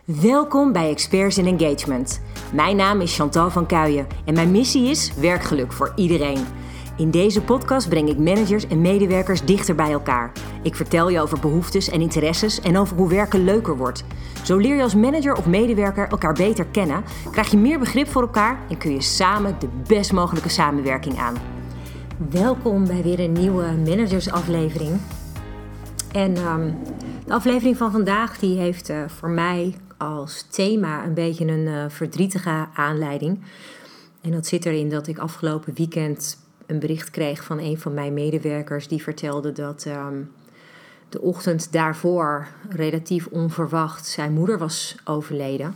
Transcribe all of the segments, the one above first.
Welkom bij Experts in Engagement. Mijn naam is Chantal van Kuijen en mijn missie is werkgeluk voor iedereen. In deze podcast breng ik managers en medewerkers dichter bij elkaar. Ik vertel je over behoeftes en interesses en over hoe werken leuker wordt. Zo leer je als manager of medewerker elkaar beter kennen, krijg je meer begrip voor elkaar en kun je samen de best mogelijke samenwerking aan. Welkom bij weer een nieuwe managersaflevering. En de aflevering van vandaag die heeft voor mij als thema een beetje een verdrietige aanleiding. En dat zit erin dat ik afgelopen weekend een bericht kreeg van een van mijn medewerkers die vertelde dat de ochtend daarvoor relatief onverwacht zijn moeder was overleden.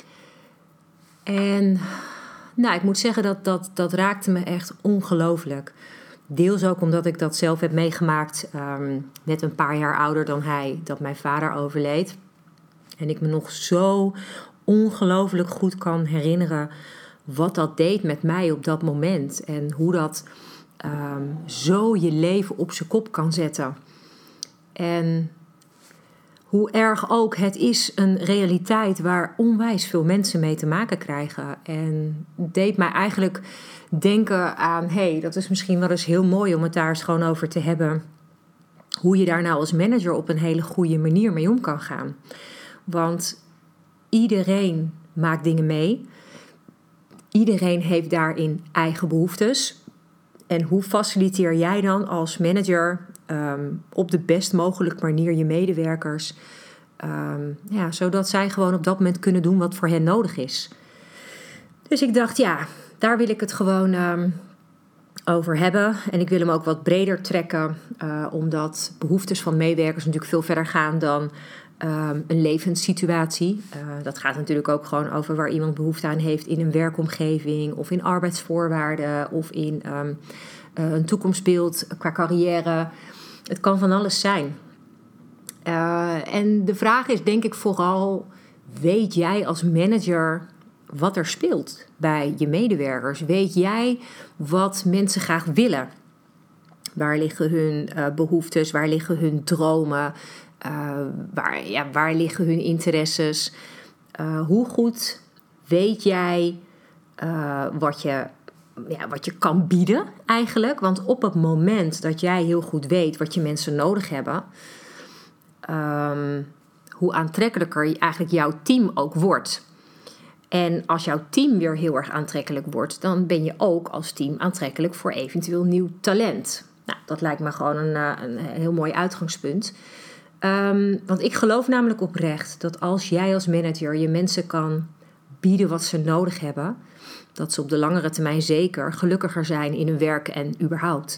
En ik moet zeggen dat raakte me echt ongelooflijk. Deels ook omdat ik dat zelf heb meegemaakt, net een paar jaar ouder dan hij, dat mijn vader overleed. En ik me nog zo ongelooflijk goed kan herinneren wat dat deed met mij op dat moment. En hoe dat zo je leven op zijn kop kan zetten. En hoe erg ook, het is een realiteit waar onwijs veel mensen mee te maken krijgen. En deed mij eigenlijk denken aan, dat is misschien wel eens heel mooi om het daar eens gewoon over te hebben. Hoe je daar nou als manager op een hele goede manier mee om kan gaan. Want iedereen maakt dingen mee. Iedereen heeft daarin eigen behoeftes. En hoe faciliteer jij dan als manager op de best mogelijke manier je medewerkers, zodat zij gewoon op dat moment kunnen doen wat voor hen nodig is. Dus ik dacht, daar wil ik het gewoon over hebben. En ik wil hem ook wat breder trekken, omdat behoeftes van medewerkers natuurlijk veel verder gaan dan een levenssituatie. Dat gaat natuurlijk ook gewoon over waar iemand behoefte aan heeft in een werkomgeving of in arbeidsvoorwaarden of in een toekomstbeeld qua carrière. Het kan van alles zijn. En de vraag is denk ik vooral, weet jij als manager wat er speelt bij je medewerkers? Weet jij wat mensen graag willen? Waar liggen hun behoeftes? Waar liggen hun dromen? Waar liggen hun interesses? Hoe goed weet jij wat je kan bieden eigenlijk? Want op het moment dat jij heel goed weet wat je mensen nodig hebben, hoe aantrekkelijker eigenlijk jouw team ook wordt. En als jouw team weer heel erg aantrekkelijk wordt, dan ben je ook als team aantrekkelijk voor eventueel nieuw talent. Nou, dat lijkt me gewoon een heel mooi uitgangspunt. Want ik geloof namelijk oprecht dat als jij als manager je mensen kan bieden wat ze nodig hebben, dat ze op de langere termijn zeker gelukkiger zijn in hun werk en überhaupt.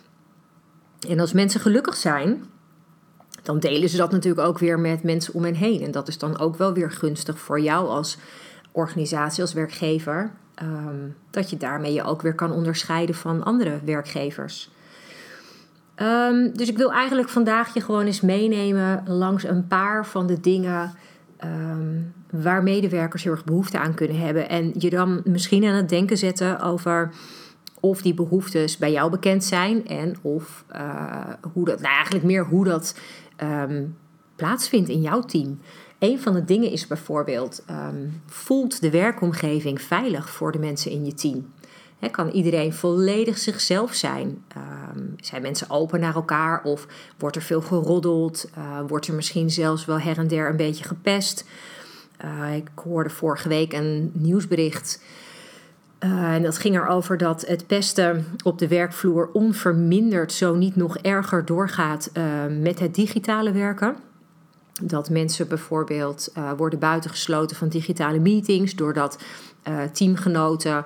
En als mensen gelukkig zijn, dan delen ze dat natuurlijk ook weer met mensen om hen heen. En dat is dan ook wel weer gunstig voor jou als organisatie, als werkgever, dat je daarmee je ook weer kan onderscheiden van andere werkgevers. Dus ik wil eigenlijk vandaag je gewoon eens meenemen langs een paar van de dingen waar medewerkers heel erg behoefte aan kunnen hebben. En je dan misschien aan het denken zetten over of die behoeftes bij jou bekend zijn en of hoe dat plaatsvindt in jouw team. Een van de dingen is bijvoorbeeld, voelt de werkomgeving veilig voor de mensen in je team? Kan iedereen volledig zichzelf zijn? Zijn mensen open naar elkaar of wordt er veel geroddeld? Wordt er misschien zelfs wel her en der een beetje gepest? Ik hoorde vorige week een nieuwsbericht. En dat ging erover dat het pesten op de werkvloer onverminderd, zo niet nog erger doorgaat met het digitale werken. Dat mensen bijvoorbeeld worden buitengesloten van digitale meetings, doordat teamgenoten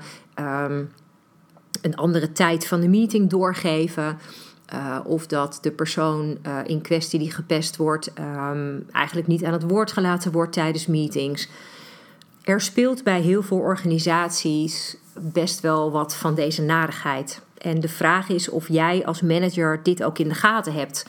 een andere tijd van de meeting doorgeven. Of dat de persoon in kwestie die gepest wordt eigenlijk niet aan het woord gelaten wordt tijdens meetings. Er speelt bij heel veel organisaties best wel wat van deze narigheid. En de vraag is of jij als manager dit ook in de gaten hebt.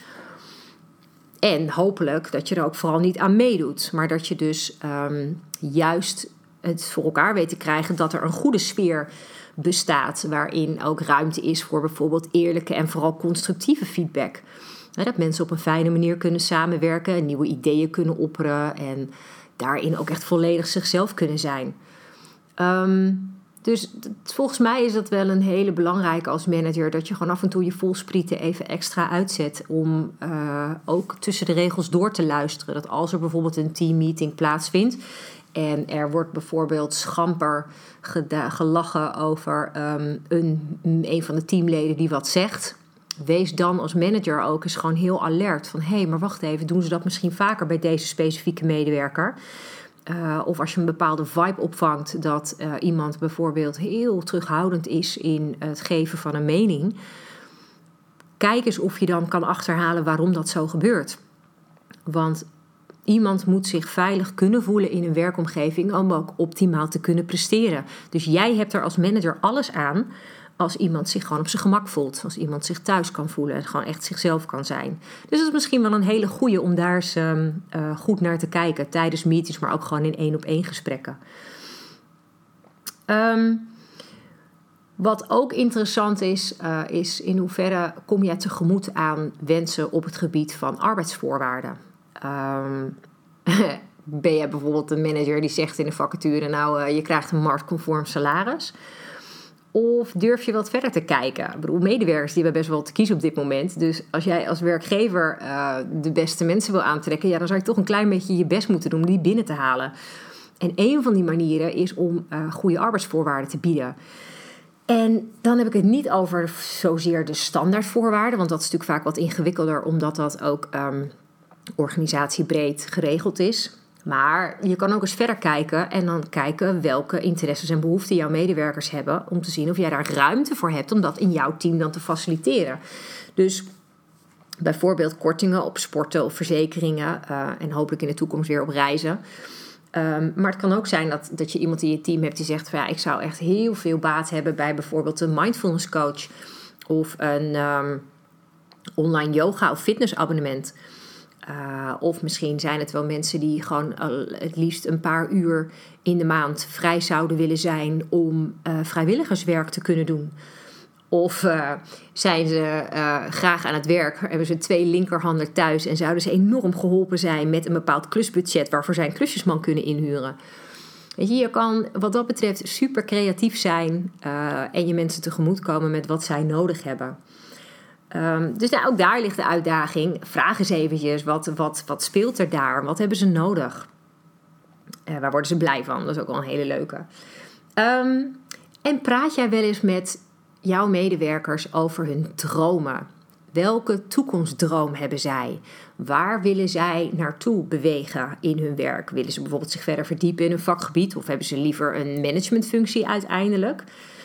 En hopelijk dat je er ook vooral niet aan meedoet. Maar dat je dus juist het voor elkaar weet te krijgen dat er een goede sfeer bestaat. Waarin ook ruimte is voor bijvoorbeeld eerlijke en vooral constructieve feedback. Dat mensen op een fijne manier kunnen samenwerken en nieuwe ideeën kunnen opperen. En daarin ook echt volledig zichzelf kunnen zijn. Dus volgens mij is dat wel een hele belangrijke als manager, dat je gewoon af en toe je voelsprieten even extra uitzet om ook tussen de regels door te luisteren. Dat als er bijvoorbeeld een teammeeting plaatsvindt en er wordt bijvoorbeeld schamper gelachen over een van de teamleden die wat zegt, wees dan als manager ook eens gewoon heel alert van hé, maar wacht even, doen ze dat misschien vaker bij deze specifieke medewerker? Of als je een bepaalde vibe opvangt dat iemand bijvoorbeeld heel terughoudend is in het geven van een mening, kijk eens of je dan kan achterhalen waarom dat zo gebeurt. Want iemand moet zich veilig kunnen voelen in een werkomgeving om ook optimaal te kunnen presteren. Dus jij hebt er als manager alles aan als iemand zich gewoon op zijn gemak voelt. Als iemand zich thuis kan voelen en gewoon echt zichzelf kan zijn. Dus dat is misschien wel een hele goeie om daar eens goed naar te kijken. Tijdens meetings, maar ook gewoon in 1-op-1 gesprekken. Wat ook interessant is in hoeverre kom jij tegemoet aan wensen op het gebied van arbeidsvoorwaarden. Ben jij bijvoorbeeld een manager die zegt in een vacature, nou, je krijgt een marktconform salaris? Of durf je wat verder te kijken? Ik bedoel, medewerkers die hebben best wel te kiezen op dit moment. Dus als jij als werkgever de beste mensen wil aantrekken, ja, dan zou je toch een klein beetje je best moeten doen om die binnen te halen. En een van die manieren is om goede arbeidsvoorwaarden te bieden. En dan heb ik het niet over zozeer de standaardvoorwaarden, want dat is natuurlijk vaak wat ingewikkelder, omdat dat ook organisatiebreed geregeld is. Maar je kan ook eens verder kijken en dan kijken welke interesses en behoeften jouw medewerkers hebben, om te zien of jij daar ruimte voor hebt om dat in jouw team dan te faciliteren. Dus bijvoorbeeld kortingen op sporten of verzekeringen en hopelijk in de toekomst weer op reizen. Maar het kan ook zijn dat je iemand in je team hebt die zegt van ja, ik zou echt heel veel baat hebben bij bijvoorbeeld een mindfulness coach of een online yoga of fitnessabonnement. Of misschien zijn het wel mensen die gewoon het liefst een paar uur in de maand vrij zouden willen zijn om vrijwilligerswerk te kunnen doen. Of zijn ze graag aan het werk, hebben ze 2 linkerhanden thuis en zouden ze enorm geholpen zijn met een bepaald klusbudget waarvoor zij een klusjesman kunnen inhuren. Weet je kan wat dat betreft super creatief zijn en je mensen tegemoetkomen met wat zij nodig hebben. Dus ook daar ligt de uitdaging. Vraag eens eventjes, wat speelt er daar? Wat hebben ze nodig? Waar worden ze blij van? Dat is ook wel een hele leuke. En praat jij wel eens met jouw medewerkers over hun dromen? Welke toekomstdroom hebben zij? Waar willen zij naartoe bewegen in hun werk? Willen ze bijvoorbeeld zich verder verdiepen in een vakgebied? Of hebben ze liever een managementfunctie uiteindelijk?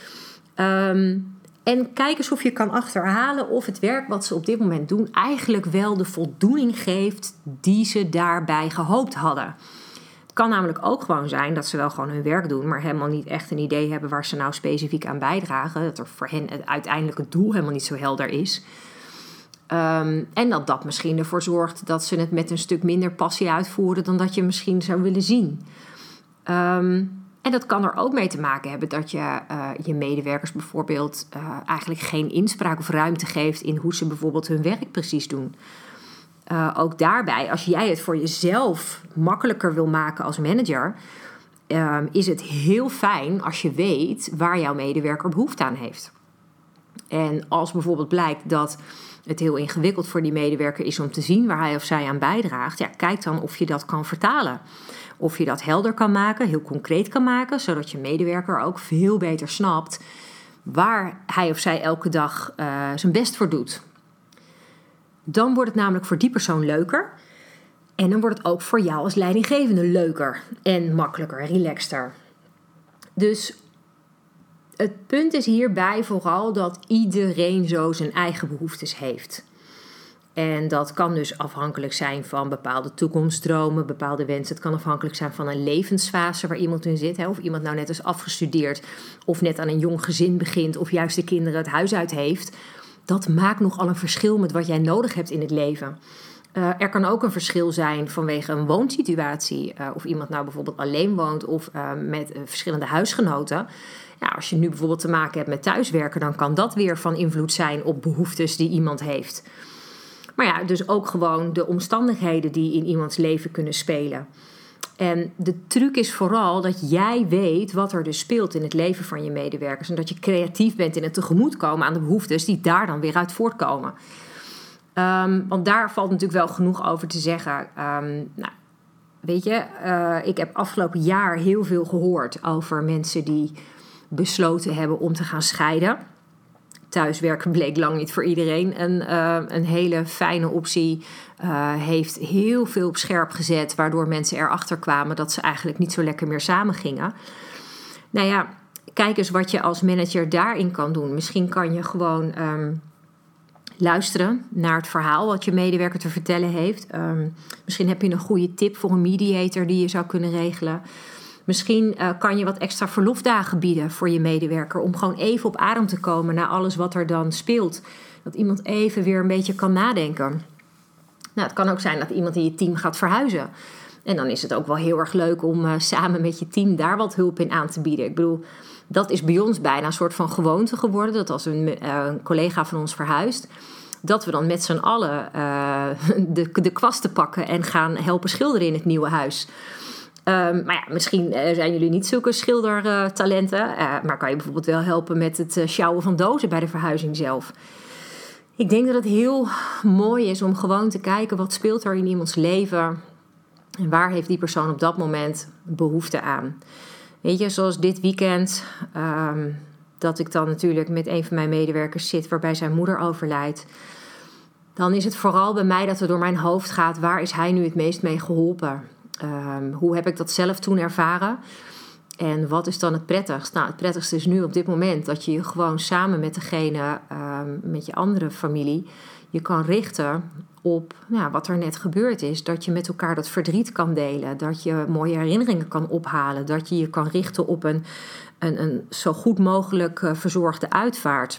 En kijk eens of je kan achterhalen of het werk wat ze op dit moment doen eigenlijk wel de voldoening geeft die ze daarbij gehoopt hadden. Het kan namelijk ook gewoon zijn dat ze wel gewoon hun werk doen, maar helemaal niet echt een idee hebben waar ze nou specifiek aan bijdragen. Dat er voor hen het uiteindelijke doel helemaal niet zo helder is. En dat misschien ervoor zorgt dat ze het met een stuk minder passie uitvoeren dan dat je misschien zou willen zien. En dat kan er ook mee te maken hebben dat je je medewerkers bijvoorbeeld eigenlijk geen inspraak of ruimte geeft in hoe ze bijvoorbeeld hun werk precies doen. Ook daarbij, als jij het voor jezelf makkelijker wil maken als manager, is het heel fijn als je weet waar jouw medewerker behoefte aan heeft. En als bijvoorbeeld blijkt dat het heel ingewikkeld voor die medewerker is om te zien waar hij of zij aan bijdraagt, ja, kijk dan of je dat kan vertalen. Of je dat helder kan maken, heel concreet kan maken, zodat je medewerker ook veel beter snapt waar hij of zij elke dag zijn best voor doet. Dan wordt het namelijk voor die persoon leuker. En dan wordt het ook voor jou als leidinggevende leuker en makkelijker, relaxter. Dus het punt is hierbij vooral dat iedereen zo zijn eigen behoeftes heeft. En dat kan dus afhankelijk zijn van bepaalde toekomstdromen, bepaalde wensen. Het kan afhankelijk zijn van een levensfase waar iemand in zit. Of iemand nou net is afgestudeerd of net aan een jong gezin begint of juist de kinderen het huis uit heeft. Dat maakt nogal een verschil met wat jij nodig hebt in het leven. Er kan ook een verschil zijn vanwege een woonsituatie. Of iemand nou bijvoorbeeld alleen woont of met verschillende huisgenoten. Ja, als je nu bijvoorbeeld te maken hebt met thuiswerken, dan kan dat weer van invloed zijn op behoeftes die iemand heeft. Maar ja, dus ook gewoon de omstandigheden die in iemands leven kunnen spelen. En de truc is vooral dat jij weet wat er dus speelt in het leven van je medewerkers. En dat je creatief bent in het tegemoetkomen aan de behoeftes die daar dan weer uit voortkomen. Want daar valt natuurlijk wel genoeg over te zeggen. Weet je, ik heb afgelopen jaar heel veel gehoord over mensen die besloten hebben om te gaan scheiden. Thuiswerken bleek lang niet voor iedereen een hele fijne optie. Heeft heel veel op scherp gezet, waardoor mensen erachter kwamen dat ze eigenlijk niet zo lekker meer samen gingen. Nou ja, kijk eens wat je als manager daarin kan doen. Misschien kan je gewoon luisteren naar het verhaal wat je medewerker te vertellen heeft. Misschien heb je een goede tip voor een mediator die je zou kunnen regelen. Misschien kan je wat extra verlofdagen bieden voor je medewerker om gewoon even op adem te komen na alles wat er dan speelt. Dat iemand even weer een beetje kan nadenken. Nou, het kan ook zijn dat iemand in je team gaat verhuizen. En dan is het ook wel heel erg leuk om samen met je team daar wat hulp in aan te bieden. Ik bedoel, dat is bij ons bijna een soort van gewoonte geworden. Dat als een collega van ons verhuist, dat we dan met z'n allen de kwasten pakken en gaan helpen schilderen in het nieuwe huis. Maar ja, misschien zijn jullie niet zulke schildertalenten. Maar kan je bijvoorbeeld wel helpen met het sjouwen van dozen bij de verhuizing zelf. Ik denk dat het heel mooi is om gewoon te kijken wat speelt er in iemands leven. En waar heeft die persoon op dat moment behoefte aan. Weet je, zoals dit weekend. Dat ik dan natuurlijk met een van mijn medewerkers zit waarbij zijn moeder overlijdt. Dan is het vooral bij mij dat er door mijn hoofd gaat. Waar is hij nu het meest mee geholpen? Hoe heb ik dat zelf toen ervaren? En wat is dan het prettigst? Nou, het prettigste is nu op dit moment dat je je gewoon samen met degene, met je andere familie, je kan richten op wat er net gebeurd is. Dat je met elkaar dat verdriet kan delen. Dat je mooie herinneringen kan ophalen. Dat je je kan richten op een zo goed mogelijk verzorgde uitvaart.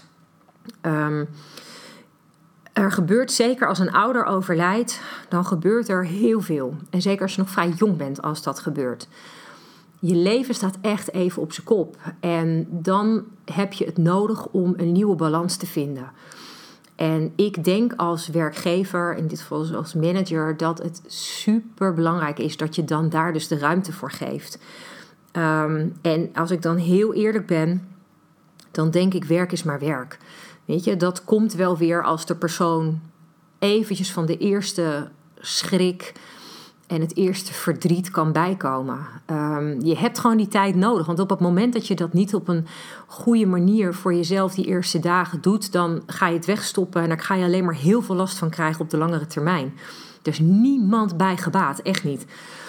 Er gebeurt zeker als een ouder overlijdt, dan gebeurt er heel veel. En zeker als je nog vrij jong bent als dat gebeurt. Je leven staat echt even op zijn kop. En dan heb je het nodig om een nieuwe balans te vinden. En ik denk als werkgever, in dit geval als manager, dat het super belangrijk is dat je dan daar dus de ruimte voor geeft. En als ik dan heel eerlijk ben, dan denk ik werk is maar werk. Weet je, dat komt wel weer als de persoon eventjes van de eerste schrik en het eerste verdriet kan bijkomen. Je hebt gewoon die tijd nodig. Want op het moment dat je dat niet op een goede manier voor jezelf die eerste dagen doet, dan ga je het wegstoppen en dan ga je alleen maar heel veel last van krijgen op de langere termijn. Er is niemand bij gebaat, echt niet.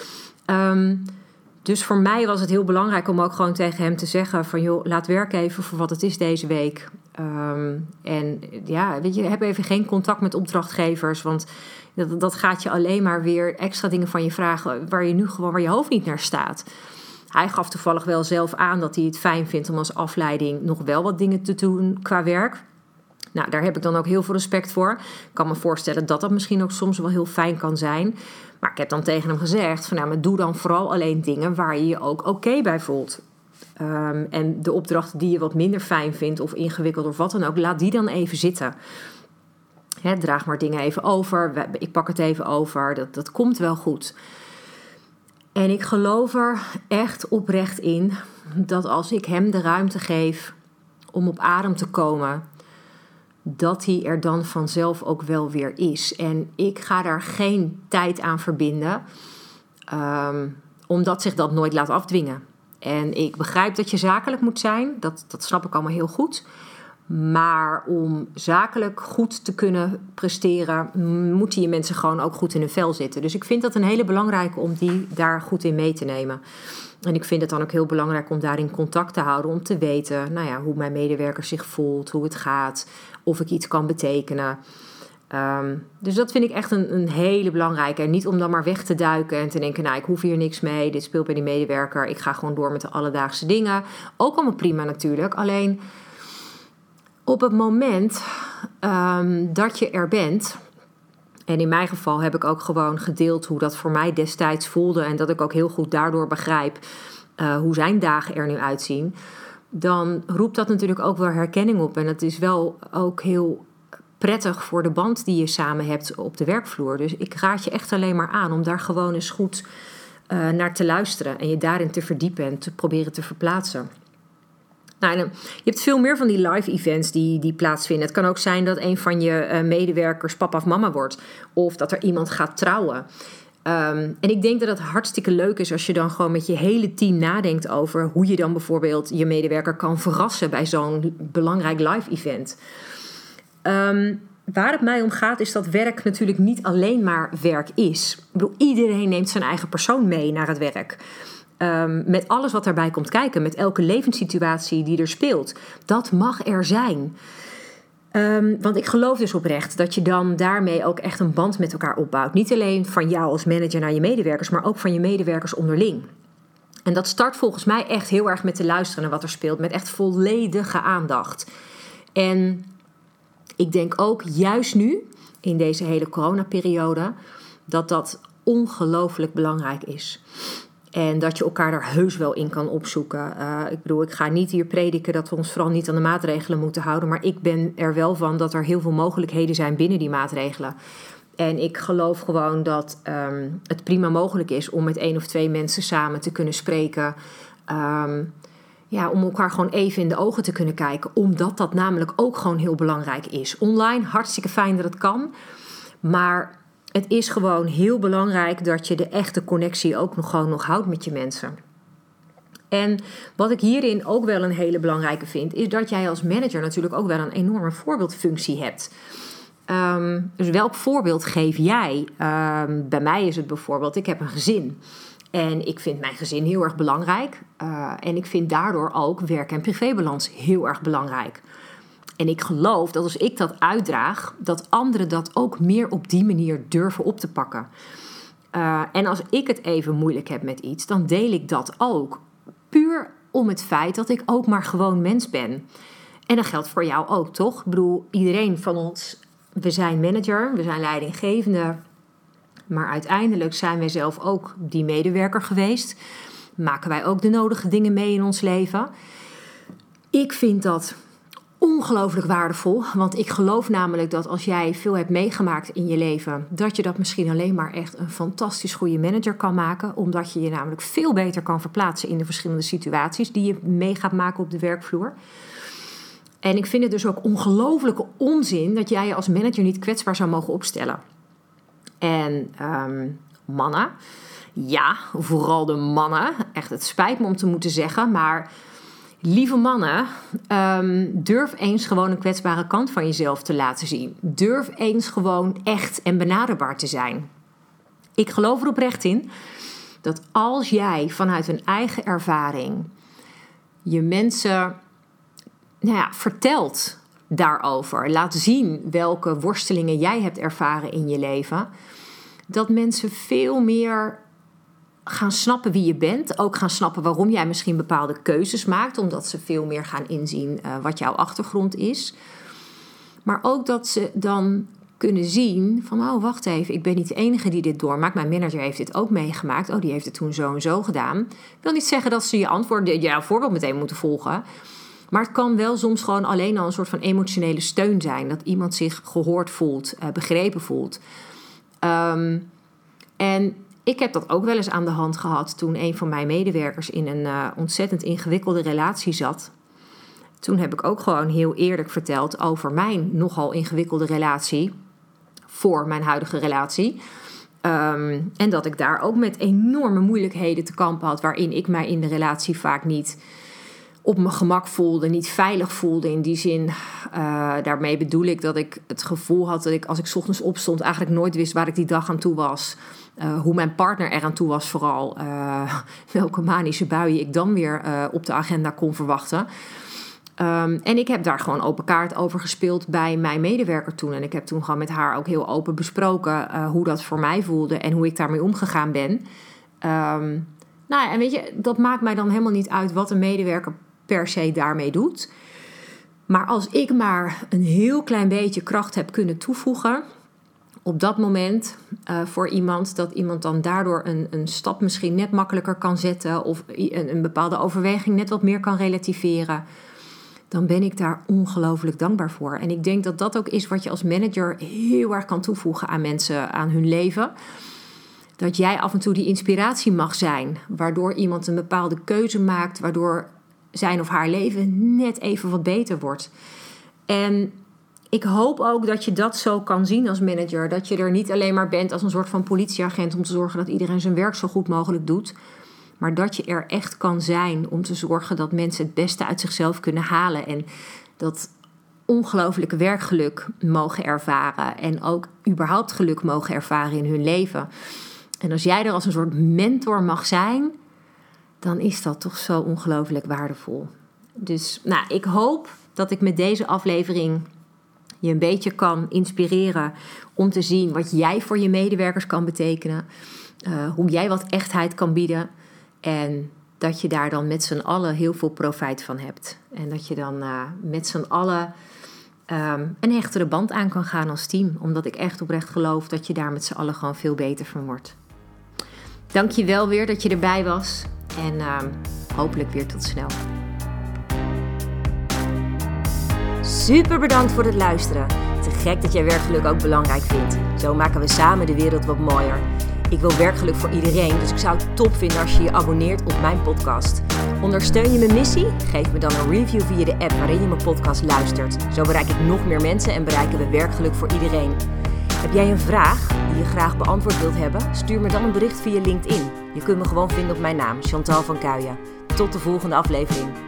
Dus voor mij was het heel belangrijk om ook gewoon tegen hem te zeggen van joh, laat werk even voor wat het is deze week. En ja, weet je, heb even geen contact met opdrachtgevers, want dat gaat je alleen maar weer extra dingen van je vragen waar je nu gewoon waar je hoofd niet naar staat. Hij gaf toevallig wel zelf aan dat hij het fijn vindt om als afleiding nog wel wat dingen te doen qua werk. Nou, daar heb ik dan ook heel veel respect voor. Ik kan me voorstellen dat dat misschien ook soms wel heel fijn kan zijn. Maar ik heb dan tegen hem gezegd van maar doe dan vooral alleen dingen waar je je ook oké bij voelt. En de opdrachten die je wat minder fijn vindt of ingewikkeld of wat dan ook, laat die dan even zitten. Draag maar dingen even over. Ik pak het even over. Dat komt wel goed. En ik geloof er echt oprecht in dat als ik hem de ruimte geef om op adem te komen, dat hij er dan vanzelf ook wel weer is. En ik ga daar geen tijd aan verbinden, omdat zich dat nooit laat afdwingen. En ik begrijp dat je zakelijk moet zijn. Dat snap ik allemaal heel goed. Maar om zakelijk goed te kunnen presteren, moeten je mensen gewoon ook goed in hun vel zitten. Dus ik vind dat een hele belangrijke om die daar goed in mee te nemen. En ik vind het dan ook heel belangrijk om daarin contact te houden, om te weten hoe mijn medewerker zich voelt, hoe het gaat, of ik iets kan betekenen. Dus dat vind ik echt een hele belangrijke. En niet om dan maar weg te duiken en te denken, ik hoef hier niks mee, dit speelt bij die medewerker, ik ga gewoon door met de alledaagse dingen. Ook allemaal prima natuurlijk, alleen op het moment dat je er bent, en in mijn geval heb ik ook gewoon gedeeld hoe dat voor mij destijds voelde en dat ik ook heel goed daardoor begrijp hoe zijn dagen er nu uitzien, dan roept dat natuurlijk ook wel herkenning op. En het is wel ook heel prettig voor de band die je samen hebt op de werkvloer. Dus ik raad je echt alleen maar aan om daar gewoon eens goed naar te luisteren en je daarin te verdiepen en te proberen te verplaatsen. Nou, je hebt veel meer van die live events die plaatsvinden. Het kan ook zijn dat een van je medewerkers papa of mama wordt. Of dat er iemand gaat trouwen. En ik denk dat het hartstikke leuk is als je dan gewoon met je hele team nadenkt over hoe je dan bijvoorbeeld je medewerker kan verrassen bij zo'n belangrijk live event. Waar het mij om gaat is dat werk natuurlijk niet alleen maar werk is. Ik bedoel, iedereen neemt zijn eigen persoon mee naar het werk. Met alles wat daarbij komt kijken, met elke levenssituatie die er speelt. Dat mag er zijn. Want ik geloof dus oprecht dat je dan daarmee ook echt een band met elkaar opbouwt. Niet alleen van jou als manager naar je medewerkers, maar ook van je medewerkers onderling. En dat start volgens mij echt heel erg met te luisteren naar wat er speelt. Met echt volledige aandacht. En ik denk ook juist nu, in deze hele coronaperiode, dat ongelooflijk belangrijk is. En dat je elkaar daar heus wel in kan opzoeken. Ik ga niet hier prediken dat we ons vooral niet aan de maatregelen moeten houden. Maar ik ben er wel van dat er heel veel mogelijkheden zijn binnen die maatregelen. En ik geloof gewoon dat het prima mogelijk is om met 1 of 2 mensen samen te kunnen spreken. Om elkaar gewoon even in de ogen te kunnen kijken. Omdat dat namelijk ook gewoon heel belangrijk is. Online, hartstikke fijn dat het kan. Maar het is gewoon heel belangrijk dat je de echte connectie ook nog houdt met je mensen. En wat ik hierin ook wel een hele belangrijke vind, is dat jij als manager natuurlijk ook wel een enorme voorbeeldfunctie hebt. Dus welk voorbeeld geef jij? Bij mij is het bijvoorbeeld, ik heb een gezin. En ik vind mijn gezin heel erg belangrijk. En ik vind daardoor ook werk- en privébalans heel erg belangrijk. En ik geloof dat als ik dat uitdraag, dat anderen dat ook meer op die manier durven op te pakken. En als ik het even moeilijk heb met iets, dan deel ik dat ook. Puur om het feit dat ik ook maar gewoon mens ben. En dat geldt voor jou ook, toch? Ik bedoel, iedereen van ons, we zijn manager, we zijn leidinggevende. Maar uiteindelijk zijn wij zelf ook die medewerker geweest. Maken wij ook de nodige dingen mee in ons leven. Ik vind dat ongelooflijk waardevol. Want ik geloof namelijk dat als jij veel hebt meegemaakt in je leven, dat je dat misschien alleen maar echt een fantastisch goede manager kan maken. Omdat je je namelijk veel beter kan verplaatsen in de verschillende situaties die je mee gaat maken op de werkvloer. En ik vind het dus ook ongelooflijke onzin dat jij je als manager niet kwetsbaar zou mogen opstellen. En mannen, ja, vooral de mannen. Echt, het spijt me om te moeten zeggen, maar lieve mannen, durf eens gewoon een kwetsbare kant van jezelf te laten zien. Durf eens gewoon echt en benaderbaar te zijn. Ik geloof er oprecht in dat als jij vanuit een eigen ervaring je mensen vertelt daarover, laat zien welke worstelingen jij hebt ervaren in je leven, dat mensen veel meer gaan snappen wie je bent. Ook gaan snappen waarom jij misschien bepaalde keuzes maakt. Omdat ze veel meer gaan inzien wat jouw achtergrond is. Maar ook dat ze dan kunnen zien van, oh, wacht even, ik ben niet de enige die dit doormaakt. Mijn manager heeft dit ook meegemaakt. Oh, die heeft het toen zo en zo gedaan. Ik wil niet zeggen dat ze jouw voorbeeld meteen moeten volgen. Maar het kan wel soms gewoon alleen al een soort van emotionele steun zijn. Dat iemand zich gehoord voelt, begrepen voelt. En ik heb dat ook wel eens aan de hand gehad toen een van mijn medewerkers in een ontzettend ingewikkelde relatie zat. Toen heb ik ook gewoon heel eerlijk verteld over mijn nogal ingewikkelde relatie voor mijn huidige relatie. En dat ik daar ook met enorme moeilijkheden te kampen had, waarin ik mij in de relatie vaak niet op mijn gemak voelde, niet veilig voelde. In die zin, daarmee bedoel ik dat ik het gevoel had dat ik, als ik 's ochtends opstond, eigenlijk nooit wist waar ik die dag aan toe was. Hoe mijn partner er aan toe was vooral. Welke manische buien ik dan weer op de agenda kon verwachten. En ik heb daar gewoon open kaart over gespeeld bij mijn medewerker toen. En ik heb toen gewoon met haar ook heel open besproken hoe dat voor mij voelde en hoe ik daarmee omgegaan ben. En weet je, dat maakt mij dan helemaal niet uit wat een medewerker per se daarmee doet. Maar als ik maar een heel klein beetje kracht heb kunnen toevoegen op dat moment voor iemand, dat iemand dan daardoor een stap misschien net makkelijker kan zetten of een bepaalde overweging net wat meer kan relativeren, dan ben ik daar ongelooflijk dankbaar voor. En ik denk dat dat ook is wat je als manager heel erg kan toevoegen aan mensen, aan hun leven. Dat jij af en toe die inspiratie mag zijn, waardoor iemand een bepaalde keuze maakt, waardoor zijn of haar leven net even wat beter wordt. En ik hoop ook dat je dat zo kan zien als manager. Dat je er niet alleen maar bent als een soort van politieagent om te zorgen dat iedereen zijn werk zo goed mogelijk doet. Maar dat je er echt kan zijn om te zorgen dat mensen het beste uit zichzelf kunnen halen. En dat ongelooflijke werkgeluk mogen ervaren. En ook überhaupt geluk mogen ervaren in hun leven. En als jij er als een soort mentor mag zijn, dan is dat toch zo ongelooflijk waardevol. Dus ik hoop dat ik met deze aflevering je een beetje kan inspireren om te zien wat jij voor je medewerkers kan betekenen. Hoe jij wat echtheid kan bieden. En dat je daar dan met z'n allen heel veel profijt van hebt. En dat je dan met z'n allen een hechtere band aan kan gaan als team. Omdat ik echt oprecht geloof dat je daar met z'n allen gewoon veel beter van wordt. Dank je wel weer dat je erbij was. En hopelijk weer tot snel. Super bedankt voor het luisteren. Te gek dat jij werkgeluk ook belangrijk vindt. Zo maken we samen de wereld wat mooier. Ik wil werkgeluk voor iedereen, dus ik zou het top vinden als je je abonneert op mijn podcast. Ondersteun je mijn missie? Geef me dan een review via de app waarin je mijn podcast luistert. Zo bereik ik nog meer mensen en bereiken we werkgeluk voor iedereen. Heb jij een vraag die je graag beantwoord wilt hebben? Stuur me dan een bericht via LinkedIn. Je kunt me gewoon vinden op mijn naam, Chantal van Kuijen. Tot de volgende aflevering.